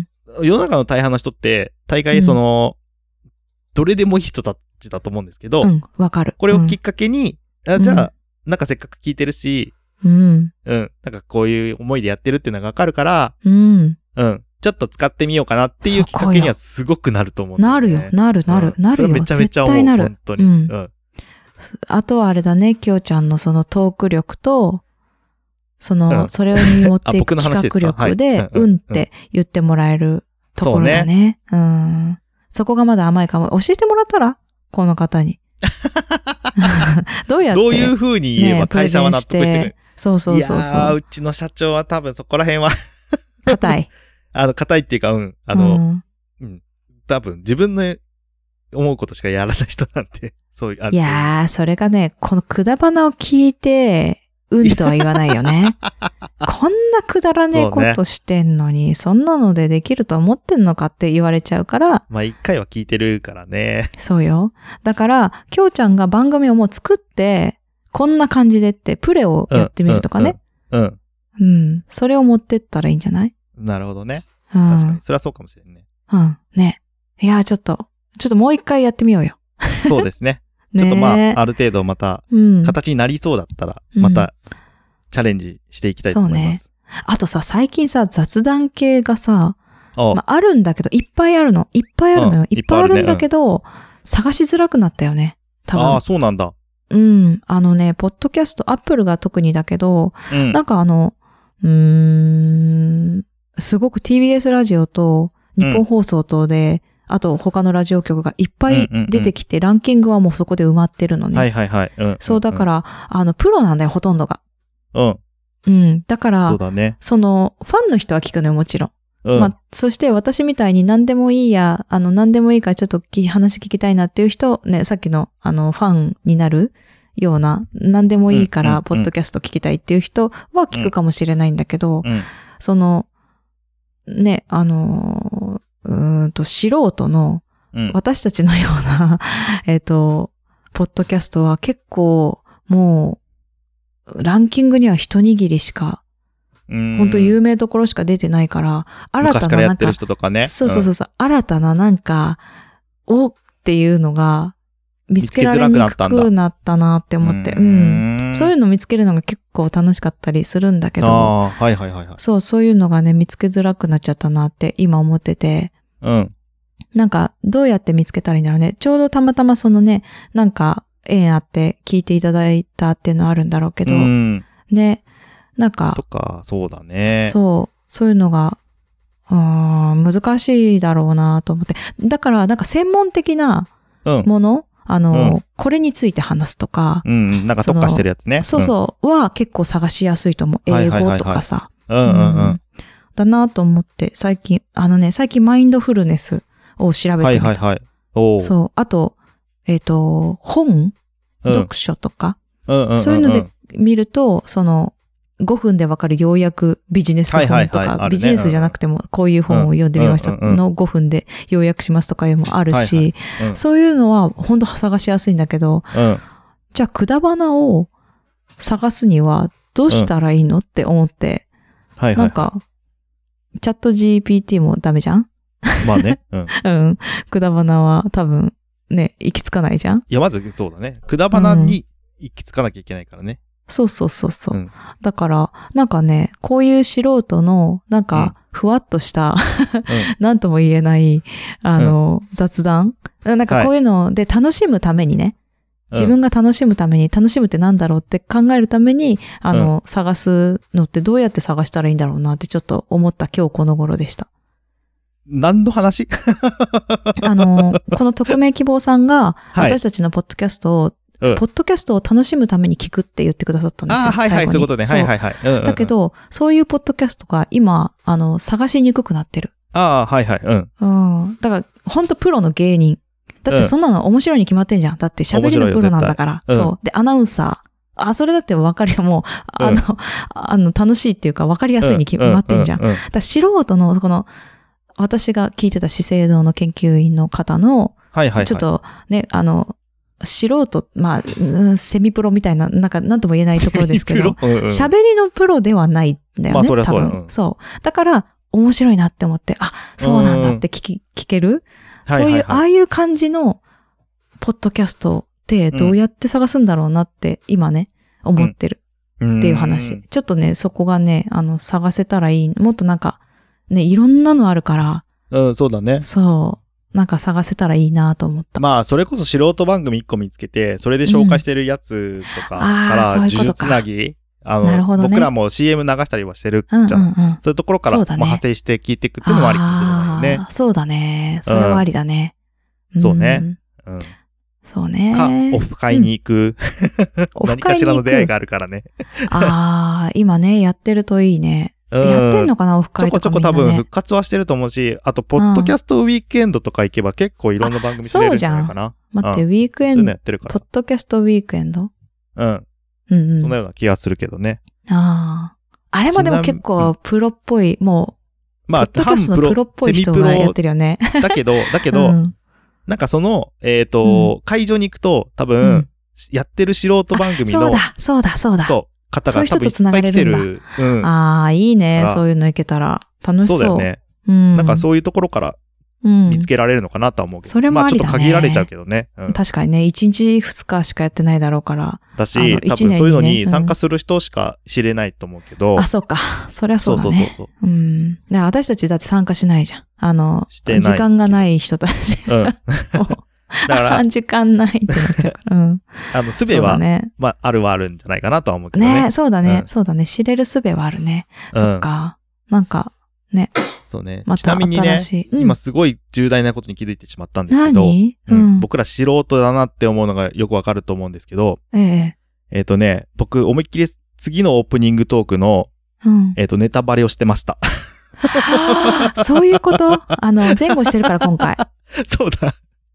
世の中の大半の人って、大概その、どれでもいい人たちだと思うんですけど、 うん、わかる。 これをきっかけに、あ、じゃあ、なんかせっかく聞いてるし、 うん。 うん。なんかこういう思いでやってるっていうのがわかるから、 うん。 うん。ちょっと使ってみようかなっていうきっかけにはすごくなると思う、 ね。なるよ。なる、なる、うん、なるよ。 めちゃめちゃ思う。 絶対なる。 本当に。うん。うん、 あとはあれだね、きょうちゃんのそのトーク力と、その、うん、それに持っていく企画力で、うんって言ってもらえるところだね。うん。そこがまだ甘いかも。教えてもらったらこの方に。どうやってどういう風に言えば会社は納得してくれる、ね、 そうそうそうそう。 いやー、うちの社長は多分そこら辺は硬い。 あの、硬いっていうか、うん。あの、うん、うん。多分自分の思うことしかやらない人なんて、そういう、ある。 いやー、それがね、このくだばなを聞いて、うんとは言わないよね。こんなくだらねえことしてんのに、そ,、ね、そんなのでできると思ってんのかって言われちゃうから。 まあ一回は聞いてるからね。 そうよ。だから、きょうちゃんが番組をもう作って、こんな感じでってプレをやってみるとかね。 うん。うん。 うん、うん。それを持ってったらいいんじゃない？ なるほどね。 うん、 確かに。それはそうかもしれんね。 うん。ね。いやー、ちょっと、ちょっともう一回やってみようよ。 そうですね。ちょっとまあ、ある程度また、形になりそうだったら、また、チャレンジしていきたいと思います。そうね。 あとさ、最近さ、雑談系がさ、まあ、あるんだけど、いっぱいあるの。いっぱいあるのよ。いっぱいあるんだけど、探しづらくなったよね。多分。 ああ、そうなんだ。 うん。あのね、ポッドキャスト、アップルが特にだけど、うん、なんかあの、うーん、すごく ティービーエス ラジオと日本放送等で、 あと他のラジオ局がいっぱい出てきて、うんうんうん、ランキングはもうそこで埋まってるのね。 はいはいはい。うんうんうん、 そう、だから、あの、プロなんだよ、ほとんどが。 うん。 うん。だから、 そうだね。 その、ファンの人は聞くのよ、もちろん。 うん、 まあ、そして私みたいに何でもいいや、あの、何でもいいからちょっと話聞きたいなっていう人、ね、さっきの、あの、ファンになるような、何でもいいから、ポッドキャスト聞きたいっていう人は聞くかもしれないんだけど、 うんうん、 その、ね、あの、うーんと、素人の、私たちのような、えっと、ポッドキャストは結構、もう、ランキングには一握りしか、本当有名どころしか出てないから、新たななんか、 昔からやってる人とかね。 そうそうそう、うん、新たななんか、おっていうのが、見つけられにくくなったなって思って、うん。そういうの見つけるのが結構楽しかったりするんだけど、 あ、はいはいはいはい、 そう、そういうのがね、見つけづらくなっちゃったなって今思ってて、 うん。 なんか、どうやって見つけたらいいんだろうね。ちょうどたまたまそのね、なんか、縁あって聞いていただいたっていうのはあるんだろうけど、うん、ね、なんか、 とか、そうだね。 そう、そういうのが、うーん、難しいだろうなと思って。だから、なんか専門的なもの、うん、あの、うん、これについて話すとか、 うん、なんか特化してるやつね。 そうそう、うん、は結構探しやすいと思う。英語とかさ。 うんうんうん。 だなと思って、最近、あのね、最近マインドフルネスを調べてみた。 はいはいはい。おそう。あと、えっと、本、うん、読書とか、 うんうんうんうん、 そういうので見ると、その、ごふんでわかる要約ビジネス本とか、はいはいはいね、ビジネスじゃなくてもこういう本を読んでみましたのごふんで要約しますとかいうのもあるし、はいはいうん、そういうのは本当探しやすいんだけど、 うん、 じゃあくだばなを探すにはどうしたらいいの、うん、って思って、 はいはいはい、 なんか、チャット ジーピーティー もダメじゃん？ まあね。うん。 うん。くだばなは多分ね、行き着かないじゃん？ いや、まずそうだね。くだばなに行き着かなきゃいけないからね。 そうそうそうそう、うん。だから、なんかね、こういう素人の、なんか、ふわっとした、うん、なんとも言えない、あの、うん、雑談なんかこういうので楽しむためにね、はい、自分が楽しむために、楽しむってなんだろうって考えるために、あの、うん、探すのってどうやって探したらいいんだろうなってちょっと思った今日この頃でした。 何の話あの、この匿名希望さんが、私たちのポッドキャストを、うん、ポッドキャストを楽しむために聞くって言ってくださったんですよ。 ああ、はいはい、そういうことね。はいはいはい。 うんうんうん、だけど、そういうポッドキャストが今、あの、探しにくくなってる。 ああ、はいはい。うん。 うん。だから、ほんとプロの芸人。だってそんなの面白いに決まってんじゃん。だって喋りのプロなんだから。うん、そう。で、アナウンサー。あ、それだってわかるよ。もう、あの、うん、あの、楽しいっていうか、わかりやすいに決まってんじゃん。だから素人の、この、私が聞いてた資生堂の研究員の方の、 はいはいはい、 ちょっとね、あの、素人、まあ、うん、セミプロみたいな、なんか、なんとも言えないところですけど、喋、うんうん、りのプロではないんだよね。 まあ、そりゃそうだ。 多分、うん、そう。だから、面白いなって思って、あ、そうなんだって聞き、聞ける、そういう、はいはいはい、ああいう感じの、ポッドキャストってどうやって探すんだろうなって、今ね、思ってるっていう話。うん、ちょっとね、そこがね、あの、探せたらいい。もっとなんか、ね、いろんなのあるから。 うん、そうだね。 そう。なんか探せたらいいなと思った。 まあ、それこそ素人番組いっこ見つけて、それで紹介してるやつとかから、呪術つなぎ、あの、なるほどね、僕らも シーエム 流したりはしてるじゃん。うんうんうん、そういうところから、ね、まあ、派生して聞いていくっていうのもありかもしれないよね。 そうだね。それはありだね。 うん、そうね。うん。 そうね。 か、オフ会に行く。うん、何かしらの出会いがあるからね。 ああ、今ね、やってるといいね。やってんのかな、オフ会とか、ね、 ちょこちょこ多分復活はしてると思うし、あと、ポッドキャストウィークエンドとか行けば結構いろんな番組知れるんじゃないかな。 待って、ウィークエンド、ポッドキャストウィークエンドうん。うんうん。そんなような気がするけどね。 ああ。あれもでも結構プロっぽい、もう、 まあ、 ポッドキャストのプロっぽい人がやってるよね。 だけど、だけど、うん、なんかその、えっと、うん、会場に行くと多分、うん、やってる素人番組の。 そうだ、そうだ、そうだ。 そう。方が多分いっぱい来てる。 うん、ああ、いいね。そういうの行けたら。楽しそう。 そうだよね。 うん、 なんかそういうところから見つけられるのかなとは思うけど。 それもありだね。 まあちょっと限られちゃうけどね。 うん、確かにね、いちにちふつかしかやってないだろうから。 だし、多分そういうのに参加する人しか知れないと思うけど。 うん、あ、そうか。そりゃそうだね。そうそうそうそう。うん。だから私たちだって参加しないじゃん。あの、時間がない人たち。 うん。だから、 時間ないってなっちゃうから。うん。 あの、すべは、ね、まあ、あるはあるんじゃないかなとは思うけどね。 ね、そうだね、うん、そうだね。知れるすべはあるね。うん、そっか。なんか、 ね。 そうね。 またちなみにね、うん、今すごい重大なことに気づいてしまったんですけど、 何、 うんうん、僕ら素人だなって思うのがよくわかると思うんですけど、 えええっ、ー、とね、僕思いっきり次のオープニングトークの、うん、えっ、ー、とネタバレをしてました。 そういうこと？あの、前後してるから今回。 そうだ。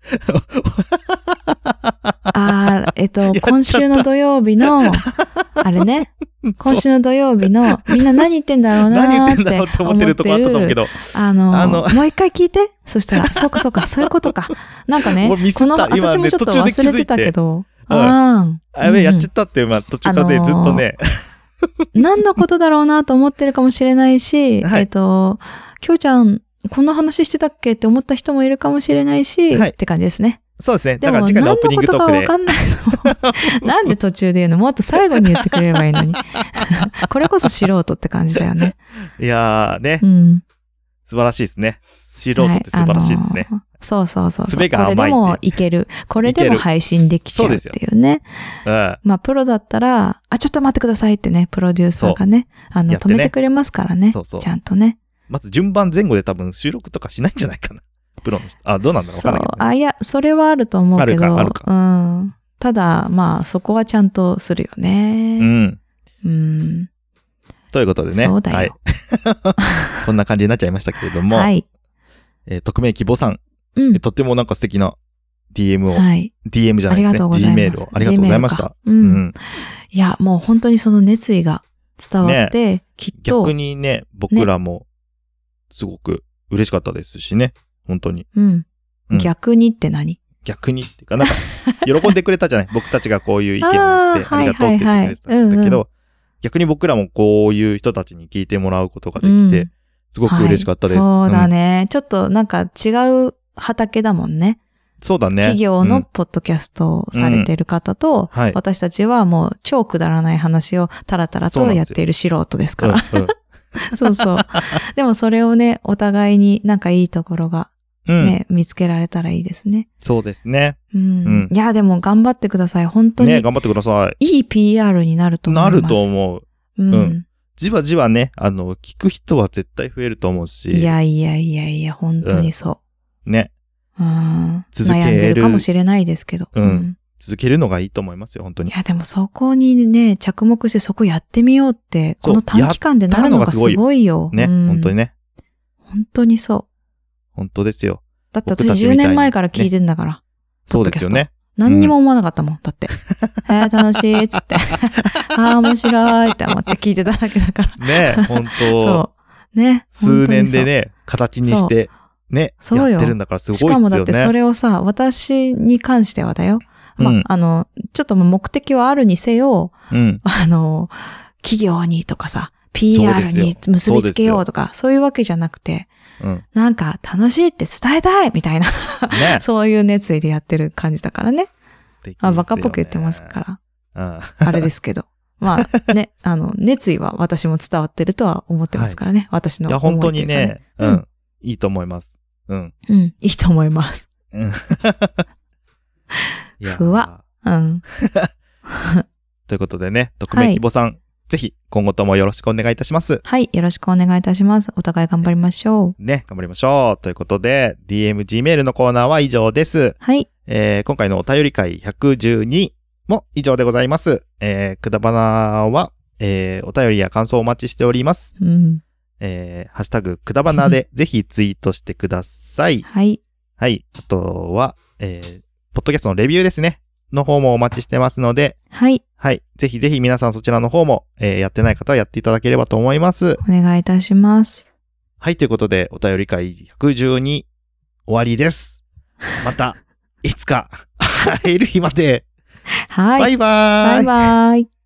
あー、えっと、今週の土曜日の、あれね。今週の土曜日の、みんな何言ってんだろうなーって。何言ってんだろうって思ってるとこあったと思うけど。あの、あのもう一回聞いて。そしたら、そうかそうか、そういうことか。なんかね、この、私もちょっと忘れてたけど。 ああ。やべえ、やっちゃったって、まあ、途中からね、ずっとね。 何のことだろうなと思ってるかもしれないし、はい、えっと、きょうちゃん、こんな話してたっけって思った人もいるかもしれないし、はい、って感じですね。 そうですね。だから次回のオープニングトークで。 でも何のことかわかんないの。なんで途中で言うの？もっと最後に言ってくれればいいのに。これこそ素人って感じだよね。 いやーね、 うん。 素晴らしいですね。素人って素晴らしいですね。はい、あのー、 そうそうそうそう。 爪が甘い。 これでもいける。これでも配信できちゃうっていうね。 うん、 まあプロだったら、あ、ちょっと待ってくださいってね、プロデューサーがね、あの、ね、止めてくれますからね。そうそう。ちゃんとね。 まず順番前後で多分収録とかしないんじゃないかな。プロの人。あ、どうなんだろうわかんないけど、ね。 そう。あ、いや、それはあると思うけど。 あるか、あるか。 うん。ただ、まあ、そこはちゃんとするよね。 うん。 うん。 ということでね。 そうだよ。はい。 こんな感じになっちゃいましたけれども。 はい。 えー、匿名希望さん。 うん。 とってもなんか素敵な ディーエム を。 はい。 ディーエム じゃないですね。G メールを。ありがとうございました。 うん。うん。いや、もう本当にその熱意が伝わって、ね、きっと。 逆にね、僕らも、すごく嬉しかったですしね。本当に。 うん。うん、逆にって何？ 逆にっていうか、なんか、喜んでくれたじゃない僕たちがこういう意見を言ってありがとうって言ってくれてたんだけど、逆に僕らもこういう人たちに聞いてもらうことができて、すごく嬉しかったです。 はい、そうだね、うん。ちょっとなんか違う畑だもんね。 そうだね。 企業のポッドキャストをされている方と、うんはい、私たちはもう超くだらない話をタラタラとやっている素人ですから。うんうん、そうそう。でもそれをね、お互いになんかいいところがね、うん、見つけられたらいいですね。 そうですね。 うん。うん、いや、でも頑張ってください。本当に。 ね、頑張ってください。 いい ピーアール になると思います。 なると思う。 うん。うん、 じわじわね、あの、聞く人は絶対増えると思うし。 いやいやいやいや、本当にそう。 うん、ね。 うん。続ける。悩んでるかもしれないですけど。 うん。うん、続けるのがいいと思いますよ、本当に。 いや、でもそこにね、着目してそこやってみようって、この短期間でなるのがすごいよ。 ね、うん、本当にね。 本当にそう。 本当ですよ。 だって私じゅうねんまえから聞いてんだから。ね、 そうですよね。 何にも思わなかったもん。だって。えー、楽しいっつって。ああ、面白いって思って聞いてただけだから。 ね、本当そう。ね。 数年でね、形にして、ね、やってるんだからすごいですよね。 しかもだってそれをさ、私に関してはだよ。ま、うん、あの、ちょっと目的はあるにせよ、 うん、 あの、企業にとかさ、ピーアール に結びつけようとか、そういうわけじゃなくて、うん、なんか楽しいって伝えたいみたいな、ね、そういう熱意でやってる感じだからね。ねあバカっぽく言ってますから、うん、あれですけど。まあね、あの、熱意は私も伝わってるとは思ってますからね。はい、私の思い、ね。いや、 本当にね、うん、うん、いいと思います。うん。 うん、いいと思います。うん。ふわ。うん。 ということでね、匿名希望さん、はい、ぜひ今後ともよろしくお願いいたします。 はい、よろしくお願いいたします。お互い頑張りましょう。ね、頑張りましょう。ということで、ディーエム、G メールのコーナーは以上です。 はい。 えー、今回のお便り会ひゃくじゅうにも以上でございます。えー、くだばなは、えー、お便りや感想をお待ちしております。 うん。 えー、ハッシュタグくだばなでぜひツイートしてください。 はい。 はい。あとは、えー、ポッドキャストのレビューですね。の方もお待ちしてますので。 はい。 はい。ぜひぜひ皆さんそちらの方も、えー、やってない方はやっていただければと思います。 お願いいたします。 はい。ということで、お便り会ひゃくじゅうに終わりです。また、いつか会える日まで。 はい。 バイバーイ。 バイバーイ。